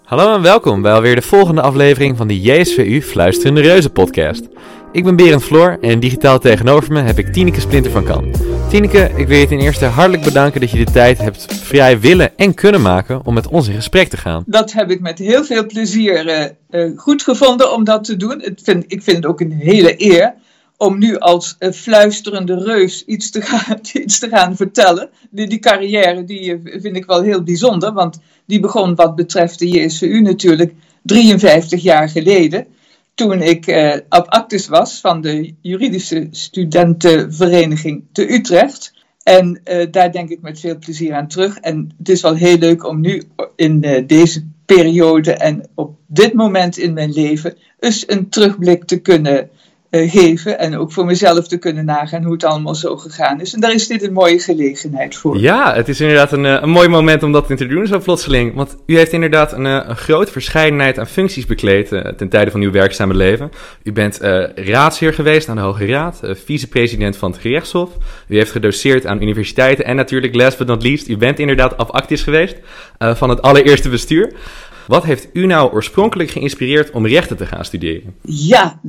Hallo en welkom bij alweer de volgende aflevering van de JSVU Fluisterende Reuzen podcast. Ik ben Berend Floor en digitaal tegenover me heb ik Tineke Splinter van Kan. Tineke, ik wil je ten eerste hartelijk bedanken dat je de tijd hebt vrij willen en kunnen maken om met ons in gesprek te gaan. Dat heb ik met heel veel plezier goed gevonden om dat te doen. Ik vind het ook een hele eer om nu als fluisterende reus iets te gaan vertellen. Die carrière die vind ik wel heel bijzonder, want die begon wat betreft de JSVU natuurlijk 53 jaar geleden. Toen ik abactus was van de juridische studentenvereniging te Utrecht. En daar denk ik met veel plezier aan terug. En het is wel heel leuk om nu in deze periode en op dit moment in mijn leven eens een terugblik te kunnen geven en ook voor mezelf te kunnen nagaan hoe het allemaal zo gegaan is. En daar is dit een mooie gelegenheid voor. Ja, het is inderdaad een mooi moment om dat te doen zo plotseling. Want u heeft inderdaad een grote verscheidenheid aan functies bekleed ten tijde van uw werkzame leven. U bent raadsheer geweest aan de Hoge Raad, vicepresident van het gerechtshof. U heeft gedoceerd aan universiteiten en natuurlijk, last but not least, u bent inderdaad abactus geweest van het allereerste bestuur. Wat heeft u nou oorspronkelijk geïnspireerd om rechten te gaan studeren? Ja,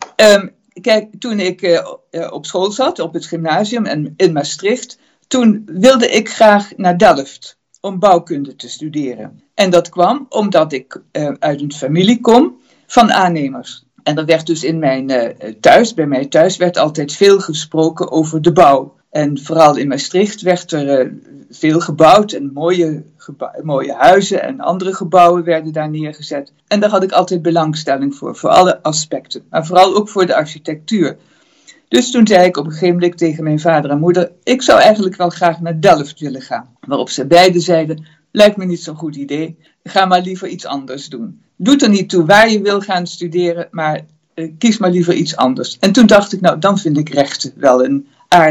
kijk, toen ik op school zat, op het gymnasium en in Maastricht, toen wilde ik graag naar Delft om bouwkunde te studeren. En dat kwam omdat ik uit een familie kom van aannemers. En er werd dus bij mij thuis werd altijd veel gesproken over de bouw. En vooral in Maastricht werd er veel gebouwd en mooie huizen en andere gebouwen werden daar neergezet. En daar had ik altijd belangstelling voor alle aspecten. Maar vooral ook voor de architectuur. Dus toen zei ik op een gegeven moment tegen mijn vader en moeder, ik zou eigenlijk wel graag naar Delft willen gaan. Waarop ze beiden zeiden, lijkt me niet zo'n goed idee, ga maar liever iets anders doen. Doet er niet toe waar je wil gaan studeren, maar kies maar liever iets anders. En toen dacht ik, nou dan vind ik rechten wel een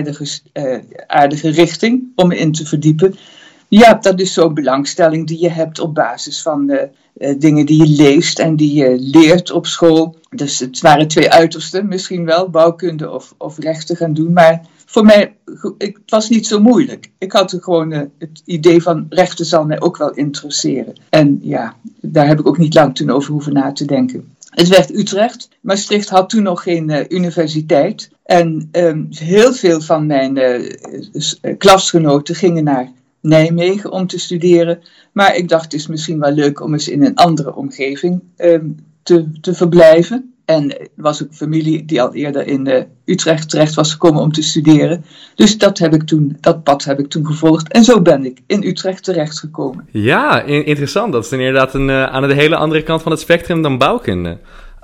aardige richting om me in te verdiepen. Ja, dat is zo'n belangstelling die je hebt op basis van dingen die je leest en die je leert op school. Dus het waren twee uitersten, misschien wel, bouwkunde of rechten gaan doen. Maar voor mij, het was niet zo moeilijk. Ik had gewoon het idee van rechten zal mij ook wel interesseren. En ja, daar heb ik ook niet lang toen over hoeven na te denken. Het werd Utrecht. Maastricht had toen nog geen universiteit. En heel veel van mijn klasgenoten gingen naar Nijmegen om te studeren. Maar ik dacht, het is misschien wel leuk om eens in een andere omgeving te verblijven. En er was ook familie die al eerder in Utrecht terecht was gekomen om te studeren. Dus dat pad heb ik toen gevolgd. En zo ben ik in Utrecht terechtgekomen. Ja, interessant. Dat is dan inderdaad aan de hele andere kant van het spectrum dan bouwkunde.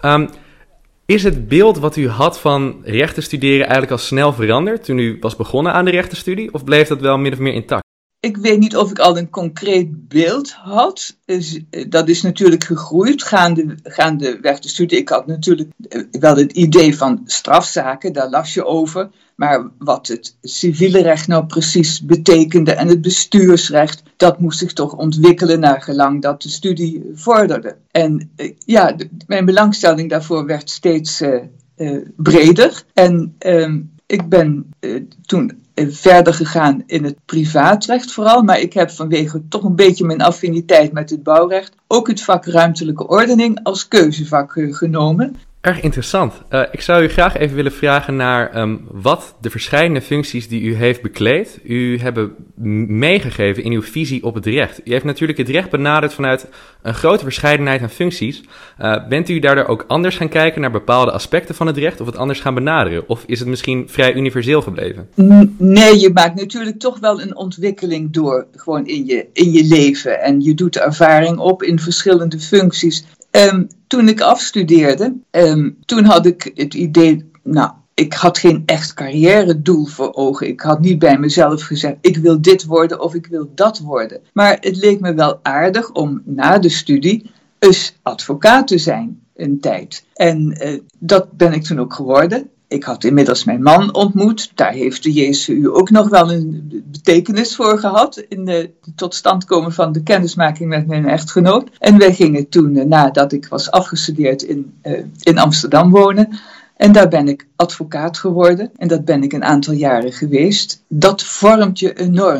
Is het beeld wat u had van rechten studeren eigenlijk al snel veranderd toen u was begonnen aan de rechtenstudie? Of bleef dat wel min of meer intact? Ik weet niet of ik al een concreet beeld had. Dat is natuurlijk gegroeid gaandeweg de studie. Ik had natuurlijk wel het idee van strafzaken, daar las je over. Maar wat het civiele recht nou precies betekende en het bestuursrecht, dat moest zich toch ontwikkelen naar gelang dat de studie vorderde. En mijn belangstelling daarvoor werd steeds breder. En ik ben toen verder gegaan in het privaatrecht vooral, maar ik heb vanwege toch een beetje mijn affiniteit met het bouwrecht ook het vak ruimtelijke ordening als keuzevak genomen. Erg interessant. Ik zou u graag even willen vragen naar wat de verschillende functies die u heeft bekleed, u hebben meegegeven in uw visie op het recht. U heeft natuurlijk het recht benaderd vanuit een grote verscheidenheid aan functies. Bent u daardoor ook anders gaan kijken naar bepaalde aspecten van het recht of het anders gaan benaderen? Of is het misschien vrij universeel gebleven? Nee, je maakt natuurlijk toch wel een ontwikkeling door gewoon in je leven. En je doet de ervaring op in verschillende functies. Toen ik afstudeerde, toen had ik het idee, ik had geen echt carrière-doel voor ogen. Ik had niet bij mezelf gezegd, ik wil dit worden of ik wil dat worden. Maar het leek me wel aardig om na de studie eens advocaat te zijn een tijd. En dat ben ik toen ook geworden. Ik had inmiddels mijn man ontmoet. Daar heeft de JSVU ook nog wel een betekenis voor gehad in de totstand komen van de kennismaking met mijn echtgenoot. En wij gingen toen, nadat ik was afgestudeerd, in Amsterdam wonen. En daar ben ik advocaat geworden. En dat ben ik een aantal jaren geweest. Dat vormt je enorm.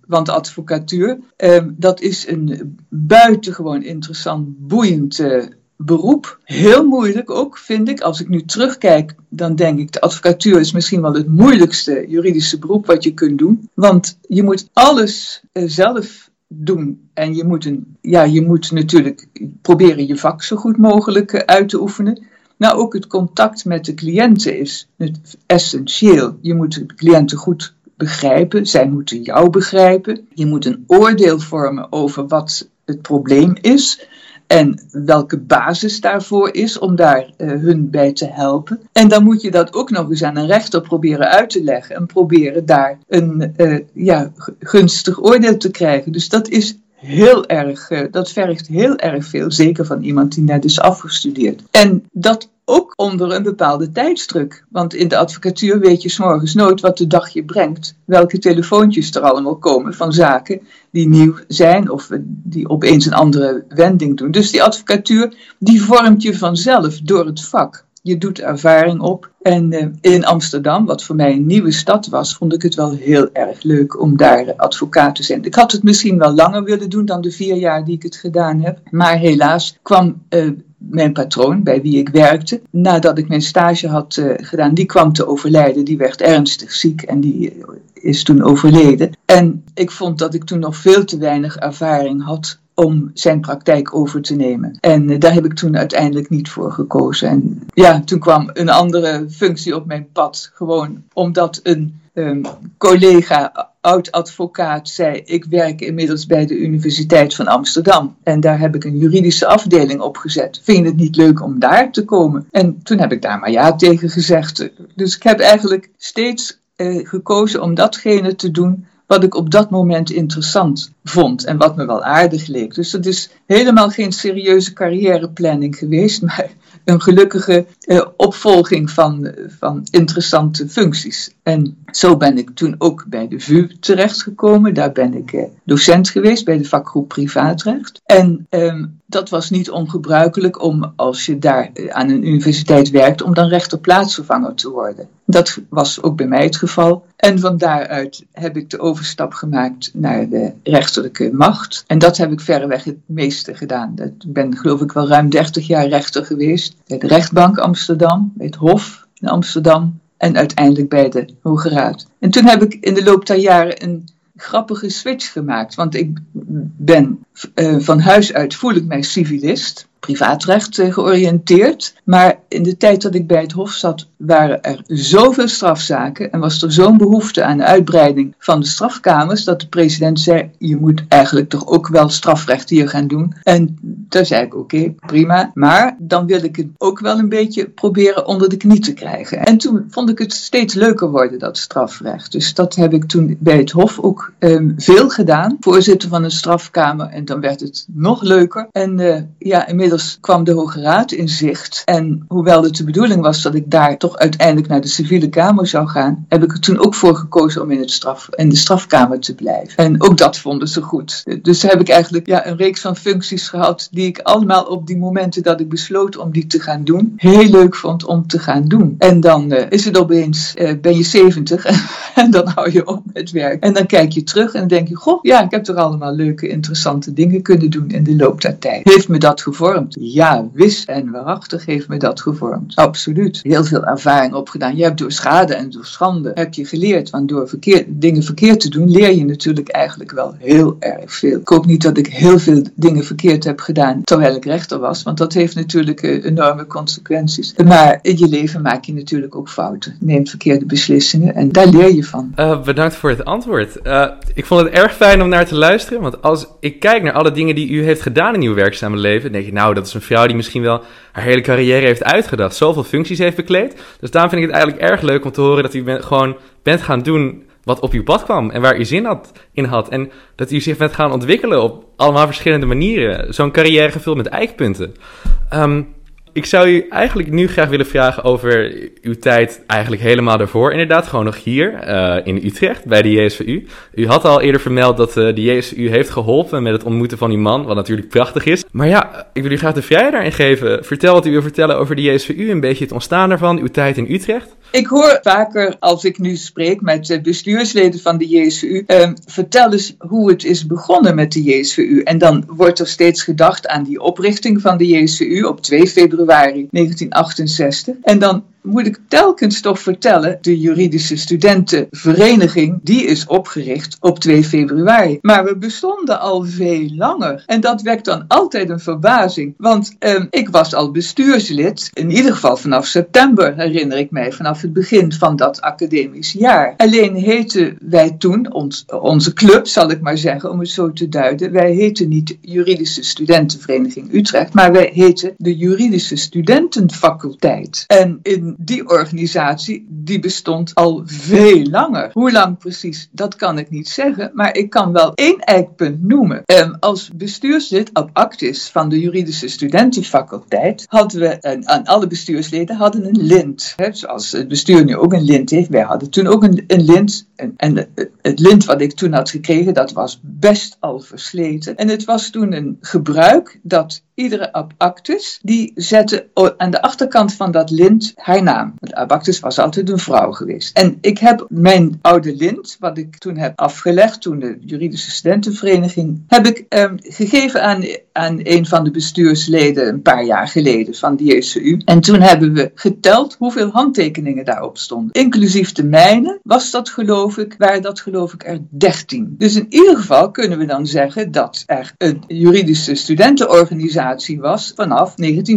Want de advocatuur, dat is een buitengewoon interessant, boeiend beroep. Heel moeilijk ook, vind ik. Als ik nu terugkijk, dan denk ik, de advocatuur is misschien wel het moeilijkste juridische beroep wat je kunt doen. Want je moet alles zelf doen. En je moet natuurlijk proberen je vak zo goed mogelijk uit te oefenen. Nou, ook het contact met de cliënten is essentieel. Je moet de cliënten goed begrijpen. Zij moeten jou begrijpen. Je moet een oordeel vormen over wat het probleem is. En welke basis daarvoor is om daar hun bij te helpen. En dan moet je dat ook nog eens aan een rechter proberen uit te leggen. En proberen daar een gunstig oordeel te krijgen. Dus dat is dat vergt heel erg veel. Zeker van iemand die net is afgestudeerd. En dat ook onder een bepaalde tijdsdruk. Want in de advocatuur weet je 's morgens nooit wat de dag je brengt. Welke telefoontjes er allemaal komen van zaken die nieuw zijn of die opeens een andere wending doen. Dus die advocatuur, die vormt je vanzelf door het vak. Je doet ervaring op. En in Amsterdam, wat voor mij een nieuwe stad was, vond ik het wel heel erg leuk om daar advocaat te zijn. Ik had het misschien wel langer willen doen dan de 4 jaar die ik het gedaan heb. Maar helaas kwam mijn patroon, bij wie ik werkte, nadat ik mijn stage had gedaan, die kwam te overlijden. Die werd ernstig ziek en die is toen overleden. En ik vond dat ik toen nog veel te weinig ervaring had om zijn praktijk over te nemen. En daar heb ik toen uiteindelijk niet voor gekozen. En ja, toen kwam een andere functie op mijn pad. Gewoon omdat een collega, oud-advocaat, zei: ik werk inmiddels bij de Universiteit van Amsterdam. En daar heb ik een juridische afdeling opgezet. Vind je het niet leuk om daar te komen? En toen heb ik daar maar ja tegen gezegd. Dus ik heb eigenlijk steeds gekozen om datgene te doen wat ik op dat moment interessant vond en wat me wel aardig leek. Dus dat is helemaal geen serieuze carrièreplanning geweest, maar een gelukkige opvolging van interessante functies. En zo ben ik toen ook bij de VU terechtgekomen. Daar ben ik docent geweest bij de vakgroep privaatrecht. En dat was niet ongebruikelijk om, als je daar aan een universiteit werkt, om dan rechterplaatsvervanger te worden. Dat was ook bij mij het geval. En van daaruit heb ik de overstap gemaakt naar de rechterlijke macht. En dat heb ik verreweg het meeste gedaan. Ik ben geloof ik wel ruim 30 jaar rechter geweest. Bij de rechtbank Amsterdam, bij het Hof in Amsterdam en uiteindelijk bij de Hoge Raad. En toen heb ik in de loop der jaren een grappige switch gemaakt. Want ik ben van huis uit, voel ik mij civilist, privaatrecht georiënteerd. Maar in de tijd dat ik bij het Hof zat, waren er zoveel strafzaken en was er zo'n behoefte aan de uitbreiding van de strafkamers, dat de president zei: je moet eigenlijk toch ook wel strafrecht hier gaan doen. En daar zei ik: oké, prima. Maar dan wil ik het ook wel een beetje proberen onder de knie te krijgen. En toen vond ik het steeds leuker worden, dat strafrecht. Dus dat heb ik toen bij het Hof ook veel gedaan. Voorzitter van een strafkamer, en dan werd het nog leuker. En inmiddels kwam de Hoge Raad in zicht. En hoewel het de bedoeling was dat ik daar toch uiteindelijk naar de civiele kamer zou gaan, heb ik er toen ook voor gekozen om in de strafkamer te blijven. En ook dat vonden ze goed. Dus heb ik eigenlijk een reeks van functies gehad die ik allemaal op die momenten dat ik besloot om die te gaan doen, heel leuk vond om te gaan doen. En dan is het opeens, ben je 70 en dan hou je op met werk. En dan kijk je terug en dan denk je: goh, ja, ik heb toch allemaal leuke, interessante dingen kunnen doen in de loop der tijd. Heeft me dat gevormd? Ja, wis en waarachtig heeft me dat gevormd. Absoluut. Heel veel ervaring opgedaan. Je hebt door schade en door schande heb je geleerd. Want door dingen verkeerd te doen, leer je natuurlijk eigenlijk wel heel erg veel. Ik hoop niet dat ik heel veel dingen verkeerd heb gedaan terwijl ik rechter was. Want dat heeft natuurlijk enorme consequenties. Maar in je leven maak je natuurlijk ook fouten. Neemt verkeerde beslissingen en daar leer je van. Bedankt voor het antwoord. Ik vond het erg fijn om naar te luisteren. Want als ik kijk naar alle dingen die u heeft gedaan in uw werkzame leven, denk ik: nou, dat is een vrouw die misschien wel haar hele carrière heeft uitgedacht. Zoveel functies heeft bekleed. Dus daarom vind ik het eigenlijk erg leuk om te horen dat u gewoon bent gaan doen wat op uw pad kwam en waar u zin in had. En dat u zich bent gaan ontwikkelen op allemaal verschillende manieren. Zo'n carrière gevuld met eikpunten. Ik zou u eigenlijk nu graag willen vragen over uw tijd eigenlijk helemaal daarvoor. Inderdaad, gewoon nog hier in Utrecht bij de JSVU. U had al eerder vermeld dat de JSVU heeft geholpen met het ontmoeten van uw man, wat natuurlijk prachtig is. Maar ja, ik wil u graag de vrijheid daarin geven. Vertel wat u wil vertellen over de JSVU, een beetje het ontstaan daarvan, uw tijd in Utrecht. Ik hoor vaker, als ik nu spreek met bestuursleden van de JSVU, vertel eens hoe het is begonnen met de JSVU. En dan wordt er steeds gedacht aan die oprichting van de JSVU op 2 februari 1968. En dan moet ik telkens toch vertellen, de juridische studentenvereniging, die is opgericht op 2 februari. Maar we bestonden al veel langer. En dat wekt dan altijd een verbazing. Want ik was al bestuurslid, in ieder geval vanaf september, herinner ik mij, vanaf het begin van dat academisch jaar. Alleen heten wij toen, onze club zal ik maar zeggen, om het zo te duiden, wij heten niet de Juridische Studentenvereniging Utrecht, maar wij heten de Juridische Studentenfaculteit. En in die organisatie, die bestond al veel langer. Hoe lang precies, dat kan ik niet zeggen, maar ik kan wel 1 eikpunt noemen. Als bestuurslid ab actis van de Juridische Studentenfaculteit hadden we, aan alle bestuursleden hadden een lint. Zoals het bestuur nu ook een lint heeft. Wij hadden toen ook een lint. En het lint wat ik toen had gekregen, dat was best al versleten. En het was toen een gebruik dat iedere ab actis, die zette aan de achterkant van dat lint haar naam. De ab actis was altijd een vrouw geweest. En ik heb mijn oude lint, wat ik toen heb afgelegd, toen de Juridische Studentenvereniging, heb ik gegeven aan een van de bestuursleden een paar jaar geleden van de JSU. En toen hebben we geteld hoeveel handtekeningen daarop stonden. Inclusief de mijne waren dat geloof ik er 13. Dus in ieder geval kunnen we dan zeggen dat er een juridische studentenorganisatie was vanaf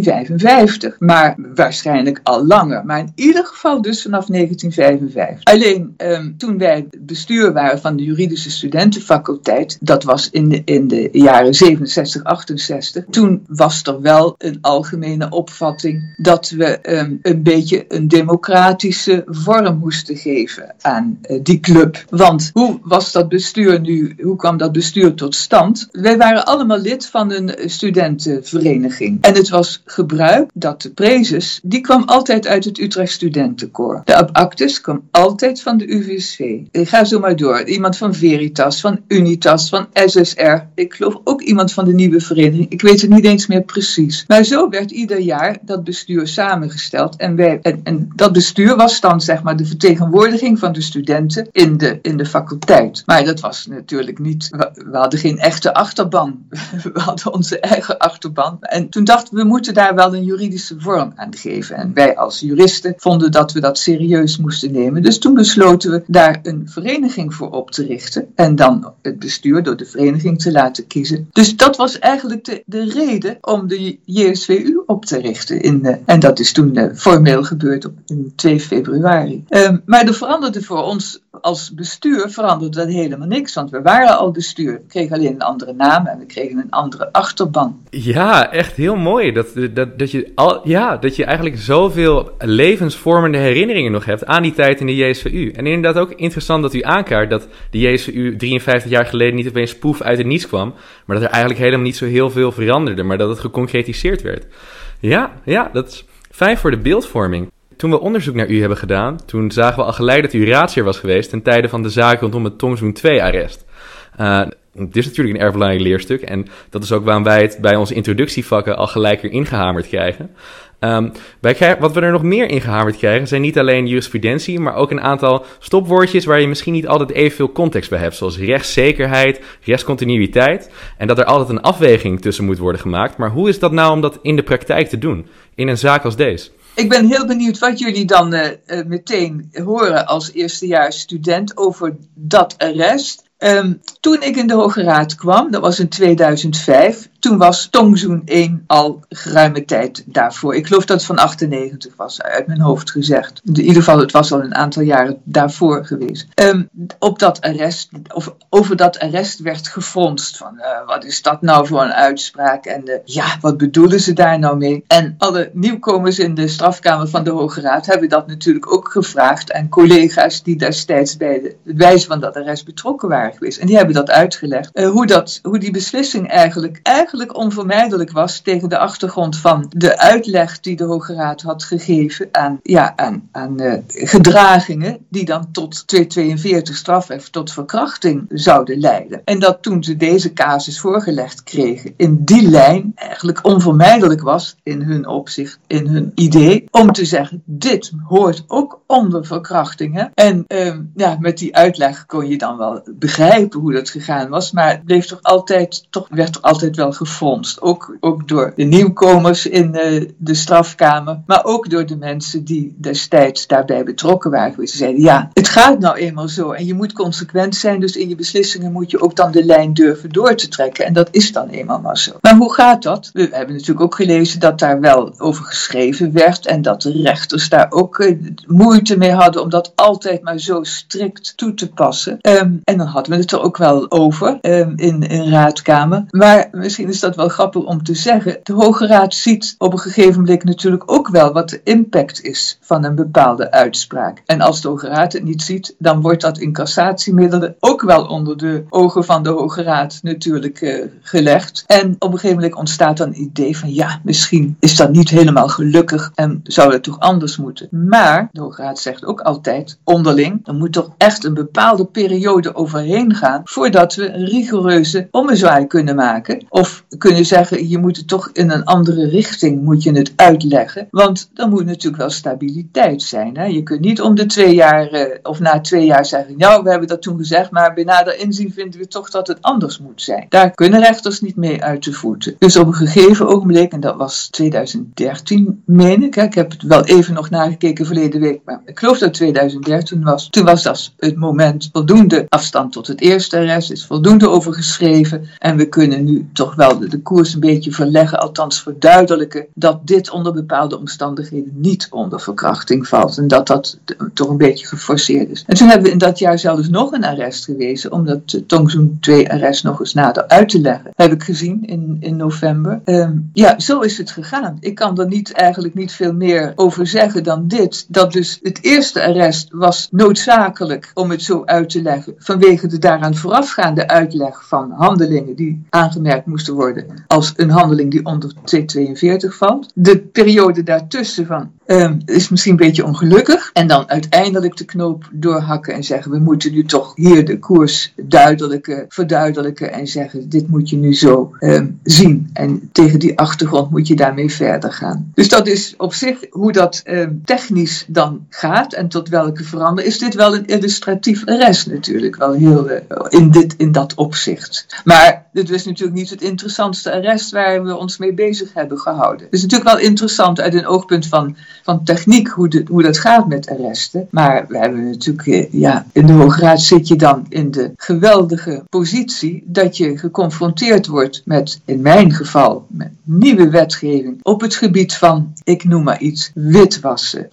1955. Maar waarschijnlijk al langer. Maar in ieder geval dus vanaf 1955. Alleen toen wij bestuur waren van de Juridische Studentenfaculteit, dat was in de jaren 67, 68, toen was er wel een algemene opvatting dat we een beetje een democratische vorm moesten geven aan die club. Want hoe was dat bestuur nu, hoe kwam dat bestuur tot stand? Wij waren allemaal lid van een studentenvereniging. En het was gebruik dat de prezes, die kwam altijd uit het Utrecht Studentenkoor. De ab actis kwam altijd van de UVSV. Ik ga zo maar door. Iemand van Veritas, van Unitas, van SSR. Ik geloof ook iemand van de nieuwe vereniging. Ik weet het niet eens meer precies. Maar zo werd ieder jaar dat bestuur samengesteld. En dat bestuur was dan zeg maar de vertegenwoordiging van de studenten in de faculteit. Maar dat was natuurlijk niet, we hadden geen echte achterban. We hadden onze eigen achterban. En toen dachten we moeten daar wel een juridische vorm aan geven. En wij als juristen vonden dat we dat serieus moesten nemen. Dus toen besloten we daar een vereniging voor op te richten. En dan het bestuur door de vereniging te laten kiezen. Dus dat was eigenlijk de reden om de JSVU op te richten. En dat is toen formeel gebeurd op 2 februari. Maar er veranderde voor ons als bestuur dat helemaal niks. Want we waren al bestuur. We kregen alleen een andere naam en we kregen een andere achterban. Ja, echt heel mooi. Dat je eigenlijk zoveel levensvormende herinneringen nog hebt aan die tijd in de JSVU. En inderdaad ook interessant dat u aankaart dat de JSVU 53 jaar geleden niet opeens poef uit het niets kwam. Maar dat er eigenlijk helemaal niet zo heel veel veranderde. Maar dat het geconcretiseerd werd. Ja, dat is fijn voor de beeldvorming. Toen we onderzoek naar u hebben gedaan, toen zagen we al gelijk dat u raadsheer was geweest ten tijde van de zaak rondom het Tongzoen II-arrest. Dit is natuurlijk een erg belangrijk leerstuk en dat is ook waarom wij het bij onze introductievakken al gelijk weer ingehamerd krijgen. Wat we er nog meer ingehamerd krijgen zijn niet alleen jurisprudentie, maar ook een aantal stopwoordjes waar je misschien niet altijd evenveel context bij hebt, zoals rechtszekerheid, rechtscontinuïteit en dat er altijd een afweging tussen moet worden gemaakt. Maar hoe is dat nou om dat in de praktijk te doen, in een zaak als deze? Ik ben heel benieuwd wat jullie dan meteen horen als eerstejaars student over dat arrest. Toen ik in de Hoge Raad kwam, dat was in 2005, toen was Tongzoen I al geruime tijd daarvoor. Ik geloof dat het van 98 was, uit mijn hoofd gezegd. In ieder geval, het was al een aantal jaren daarvoor geweest. Op dat arrest, of over dat arrest werd gefronst van, wat is dat nou voor een uitspraak? En wat bedoelen ze daar nou mee? En alle nieuwkomers in de strafkamer van de Hoge Raad hebben dat natuurlijk ook gevraagd aan collega's die destijds bij het wijzen van dat arrest betrokken waren geweest. En die hebben dat uitgelegd. Hoe die beslissing eigenlijk eigenlijk onvermijdelijk was tegen de achtergrond van de uitleg die de Hoge Raad had gegeven aan gedragingen die dan tot 242 strafrecht tot verkrachting zouden leiden. En dat toen ze deze casus voorgelegd kregen, in die lijn eigenlijk onvermijdelijk was in hun opzicht, in hun idee, om te zeggen, dit hoort ook onder verkrachting. Hè? En met die uitleg kon je dan wel begrijpen hoe dat gegaan was, maar het bleef werd toch altijd wel gefronst. Ook door de nieuwkomers in de strafkamer, maar ook door de mensen die destijds daarbij betrokken waren. Ze zeiden, ja, het gaat nou eenmaal zo en je moet consequent zijn, dus in je beslissingen moet je ook dan de lijn durven door te trekken. En dat is dan eenmaal maar zo. Maar hoe gaat dat? We hebben natuurlijk ook gelezen dat daar wel over geschreven werd en dat de rechters daar ook moeite mee hadden om dat altijd maar zo strikt toe te passen. En dan hadden we het er ook wel over in raadkamer. Maar misschien is dat wel grappig om te zeggen. De Hoge Raad ziet op een gegeven moment natuurlijk ook wel wat de impact is van een bepaalde uitspraak. En als de Hoge Raad het niet ziet, dan wordt dat in cassatiemiddelen ook wel onder de ogen van de Hoge Raad natuurlijk gelegd. En op een gegeven moment ontstaat dan een idee van misschien is dat niet helemaal gelukkig en zou het toch anders moeten. Maar de Hoge Raad zegt ook altijd onderling, er moet toch echt een bepaalde periode overheen gaan voordat we een rigoureuze ommezwaai kunnen maken. Of kunnen zeggen, je moet het toch in een andere richting moet je het uitleggen. Want dan moet natuurlijk wel stabiliteit zijn. Hè? Je kunt niet om de 2 jaar of na 2 jaar zeggen, we hebben dat toen gezegd, maar bij nader inzien vinden we toch dat het anders moet zijn. Daar kunnen rechters niet mee uit de voeten. Dus op een gegeven ogenblik, en dat was 2013, meen ik. Ik heb het wel even nog nagekeken verleden week, maar ik geloof dat het 2013 was. Toen was dat het moment, voldoende afstand tot het eerste arrest, is voldoende over geschreven. En we kunnen nu toch wel de koers een beetje verleggen, althans verduidelijken, dat dit onder bepaalde omstandigheden niet onder verkrachting valt. En dat toch een beetje geforceerd is. En toen hebben we in dat jaar zelfs nog een arrest gewezen, om dat Tongzoen 2 arrest nog eens nader uit te leggen. Heb ik gezien in november. Zo is het gegaan. Ik kan er eigenlijk niet veel meer over zeggen dan dit. Dat dus het eerste arrest was noodzakelijk, om het zo uit te leggen, vanwege de daaraan voorafgaande uitleg van handelingen die aangemerkt moesten worden als een handeling die onder 242 valt. De periode daartussen is misschien een beetje ongelukkig. En dan uiteindelijk de knoop doorhakken en zeggen, we moeten nu toch hier de koers verduidelijken en zeggen, dit moet je nu zo zien. En tegen die achtergrond moet je daarmee verder gaan. Dus dat is op zich hoe dat technisch dan gaat en tot welke verandering. Is dit wel een illustratief arrest natuurlijk, wel heel in dat opzicht. Maar dit was natuurlijk niet het interessantste arrest waar we ons mee bezig hebben gehouden. Het is natuurlijk wel interessant uit een oogpunt van techniek hoe dat gaat met arresten. Maar we hebben natuurlijk, in de Hoge Raad zit je dan in de geweldige positie dat je geconfronteerd wordt met, in mijn geval, met nieuwe wetgeving op het gebied van, ik noem maar iets, witwassen,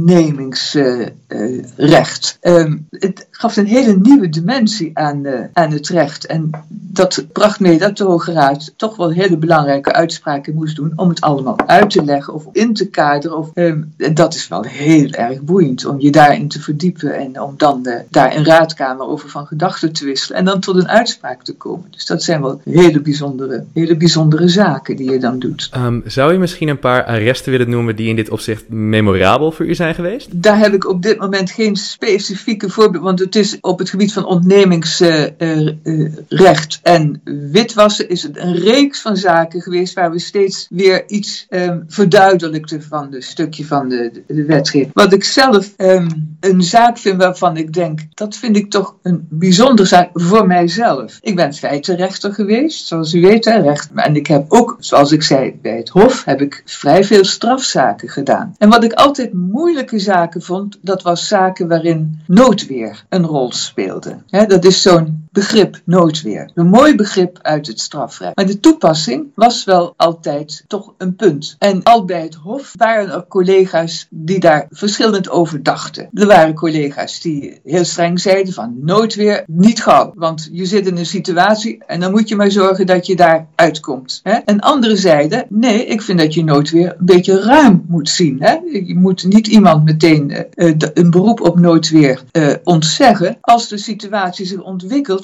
ontnemingsrecht. Het gaf een hele nieuwe dimensie aan het recht. En dat bracht mee dat de Hoge Raad toch wel hele belangrijke uitspraken moest doen om het allemaal uit te leggen of in te kaderen. Dat is wel heel erg boeiend om je daarin te verdiepen en om dan daar in raadkamer over van gedachten te wisselen en dan tot een uitspraak te komen. Dus dat zijn wel hele bijzondere zaken die je dan doet. Zou je misschien een paar arresten willen noemen die in dit opzicht memorabel voor u zijn geweest? Daar heb ik op dit moment geen specifieke voorbeeld, want het is op het gebied van ontnemingsrecht en witwassen is het een reeks van zaken geweest waar we steeds weer iets verduidelijkten van het stukje van de wetgeving. Wat ik zelf een zaak vind waarvan ik denk, dat vind ik toch een bijzondere zaak voor mijzelf. Ik ben feitenrechter geweest, zoals u weet, recht. En ik heb ook, zoals ik zei, bij het Hof heb ik vrij veel strafzaken gedaan. En wat ik altijd moeilijke zaken vond, dat was zaken waarin noodweer een rol speelde. Dat is zo'n begrip, noodweer. Een mooi begrip uit het strafrecht. Maar de toepassing was wel altijd toch een punt. En al bij het Hof waren er collega's die daar verschillend over dachten. Er waren collega's die heel streng zeiden van noodweer niet gauw. Want je zit in een situatie en dan moet je maar zorgen dat je daar uitkomt. En anderen zeiden, nee, ik vind dat je noodweer een beetje ruim moet zien. Je moet niet iemand meteen een beroep op noodweer ontzeggen. Als de situatie zich ontwikkelt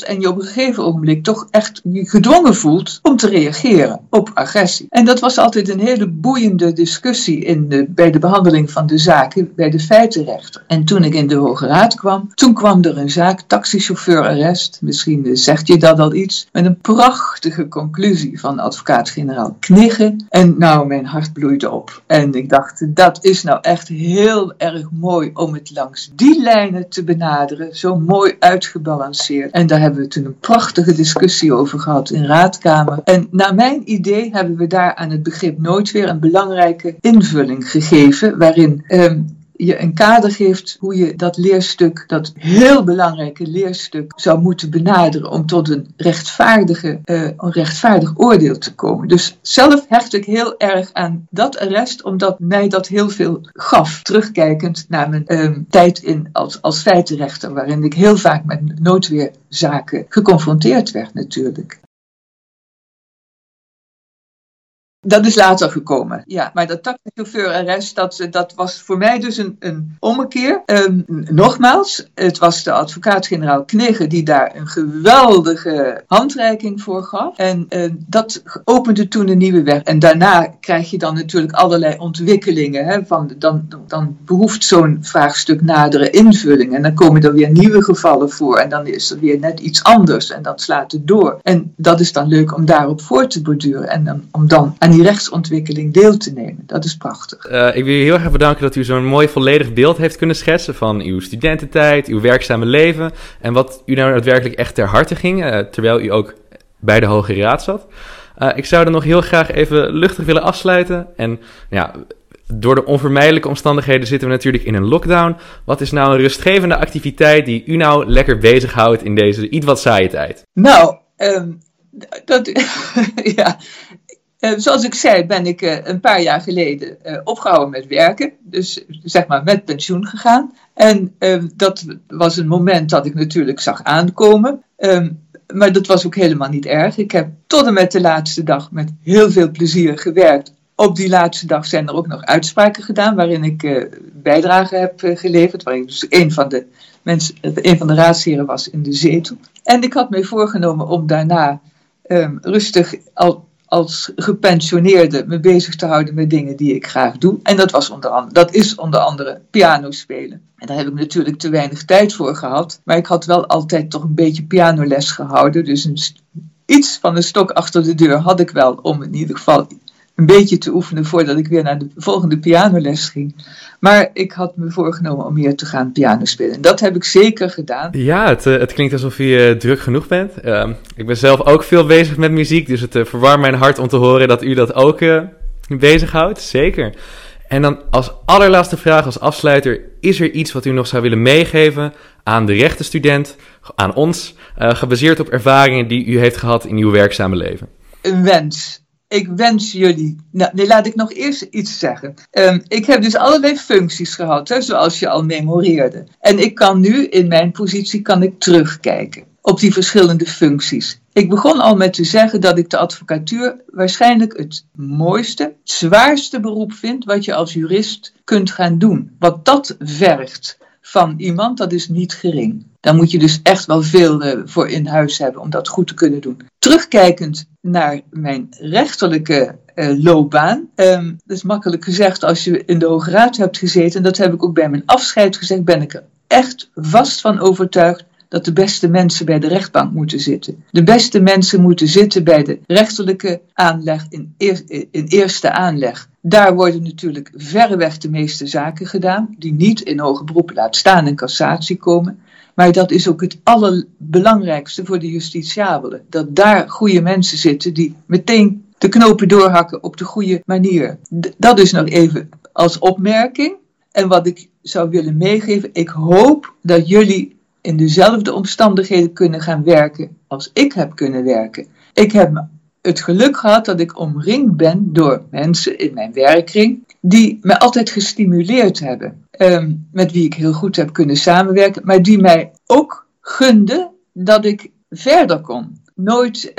speelt en je op een gegeven ogenblik toch echt je gedwongen voelt om te reageren op agressie. En dat was altijd een hele boeiende discussie bij de behandeling van de zaken bij de feitenrechter. En toen ik in de Hoge Raad kwam, toen kwam er een zaak, taxichauffeurarrest, misschien zegt je dat al iets, met een prachtige conclusie van advocaat-generaal Knigge. En nou, mijn hart bloeide op. En ik dacht, dat is nou echt heel erg mooi om het langs die lijnen te benaderen. Zo mooi uitgebalanceerd. En daar hebben we toen een prachtige discussie over gehad in Raadkamer. En naar mijn idee hebben we daar aan het begrip nooit weer een belangrijke invulling gegeven, waarin je een kader geeft hoe je dat leerstuk, dat heel belangrijke leerstuk, zou moeten benaderen om tot een rechtvaardig oordeel te komen. Dus zelf hecht ik heel erg aan dat arrest, omdat mij dat heel veel gaf, terugkijkend naar mijn tijd als feitenrechter, waarin ik heel vaak met noodweerzaken geconfronteerd werd natuurlijk. Dat is later gekomen, ja. Maar dat taxichauffeurarrest, dat was voor mij dus een ommekeer. Nogmaals, het was de advocaat-generaal Knigge die daar een geweldige handreiking voor gaf. En dat opende toen een nieuwe weg. En daarna krijg je dan natuurlijk allerlei ontwikkelingen. Hè, dan behoeft zo'n vraagstuk nadere invulling. En dan komen er weer nieuwe gevallen voor. En dan is er weer net iets anders. En dat slaat het door. En dat is dan leuk om daarop voor te borduren. En om dan aan die rechtsontwikkeling deel te nemen. Dat is prachtig. Ik wil je heel erg bedanken dat u zo'n mooi volledig beeld heeft kunnen schetsen van uw studententijd, uw werkzame leven en wat u nou daadwerkelijk echt ter harte ging, terwijl u ook bij de Hoge Raad zat. Ik zou er nog heel graag even luchtig willen afsluiten. En ja, door de onvermijdelijke omstandigheden zitten we natuurlijk in een lockdown. Wat is nou een rustgevende activiteit die u nou lekker bezighoudt in deze iets wat saaie tijd? Nou, ja. Zoals ik zei, ben ik een paar jaar geleden opgehouden met werken. Dus zeg maar met pensioen gegaan. En dat was een moment dat ik natuurlijk zag aankomen. Maar dat was ook helemaal niet erg. Ik heb tot en met de laatste dag met heel veel plezier gewerkt. Op die laatste dag zijn er ook nog uitspraken gedaan waarin ik bijdrage heb geleverd. Waarin ik dus een van de raadsheren was in de zetel. En ik had mij voorgenomen om daarna rustig als gepensioneerde me bezig te houden met dingen die ik graag doe. En dat is onder andere piano spelen. En daar heb ik natuurlijk te weinig tijd voor gehad. Maar ik had wel altijd toch een beetje pianoles gehouden. Dus iets van een stok achter de deur had ik wel om in ieder geval een beetje te oefenen voordat ik weer naar de volgende pianoles ging. Maar ik had me voorgenomen om meer te gaan piano spelen. En dat heb ik zeker gedaan. Ja, het klinkt alsof u druk genoeg bent. Ik ben zelf ook veel bezig met muziek, dus het verwarmt mijn hart om te horen dat u dat ook bezighoudt. Zeker. En dan als allerlaatste vraag, als afsluiter, is er iets wat u nog zou willen meegeven aan de rechtenstudent, aan ons, gebaseerd op ervaringen die u heeft gehad in uw werkzame leven? Een wens. Ik wens jullie... Nee, laat ik nog eerst iets zeggen. Ik heb dus allerlei functies gehad, hè, zoals je al memoreerde. En ik kan nu, in mijn positie, terugkijken op die verschillende functies. Ik begon al met te zeggen dat ik de advocatuur waarschijnlijk het mooiste, het zwaarste beroep vind wat je als jurist kunt gaan doen. Wat dat vergt van iemand, dat is niet gering. Daar moet je dus echt wel veel voor in huis hebben om dat goed te kunnen doen. Terugkijkend naar mijn rechterlijke loopbaan. Dat is makkelijk gezegd als je in de Hoge Raad hebt gezeten. En dat heb ik ook bij mijn afscheid gezegd. Ben ik er echt vast van overtuigd dat de beste mensen bij de rechtbank moeten zitten. De beste mensen moeten zitten bij de rechterlijke aanleg in eerste aanleg. Daar worden natuurlijk verreweg de meeste zaken gedaan, die niet in hoger beroep, laat staan in cassatie komen. Maar dat is ook het allerbelangrijkste voor de justitiabelen. Dat daar goede mensen zitten die meteen de knopen doorhakken op de goede manier. Dat is nog even als opmerking. En wat ik zou willen meegeven, ik hoop dat jullie in dezelfde omstandigheden kunnen gaan werken als ik heb kunnen werken. Ik heb het geluk gehad dat ik omringd ben door mensen in mijn werkkring die me altijd gestimuleerd hebben. Met wie ik heel goed heb kunnen samenwerken, maar die mij ook gunden dat ik verder kon. Nooit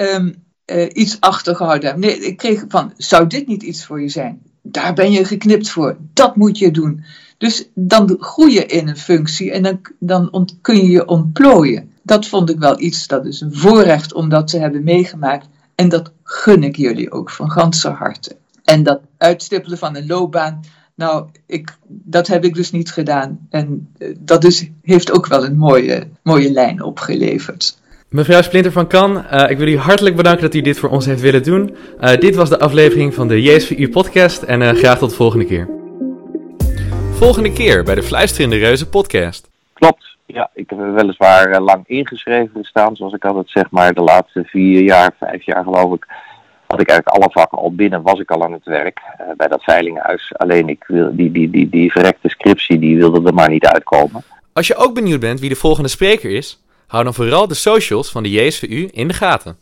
iets achtergehouden hebben. Nee, ik kreeg van, zou dit niet iets voor je zijn? Daar ben je geknipt voor, dat moet je doen. Dus dan groei je in een functie en dan kun je je ontplooien. dat vond ik wel iets, dat is een voorrecht om dat te hebben meegemaakt. En dat gun ik jullie ook van ganse harte. En dat uitstippelen van een loopbaan, nou, dat heb ik dus niet gedaan. En dat heeft ook wel een mooie lijn opgeleverd. Mevrouw Splinter van Kan, ik wil u hartelijk bedanken dat u dit voor ons heeft willen doen. Dit was de aflevering van de JSVU-podcast en graag tot de volgende keer. Volgende keer bij de Fluisterende Reuzen podcast. Klopt, ja, ik heb er weliswaar lang ingeschreven gestaan, zoals ik altijd zeg, maar de laatste 4 jaar, 5 jaar geloof ik, had ik eigenlijk alle vakken al binnen, was ik al aan het werk bij dat veilinghuis. Alleen ik wil die verrekte scriptie, die wilde er maar niet uitkomen. Als je ook benieuwd bent wie de volgende spreker is, hou dan vooral de socials van de JSVU in de gaten.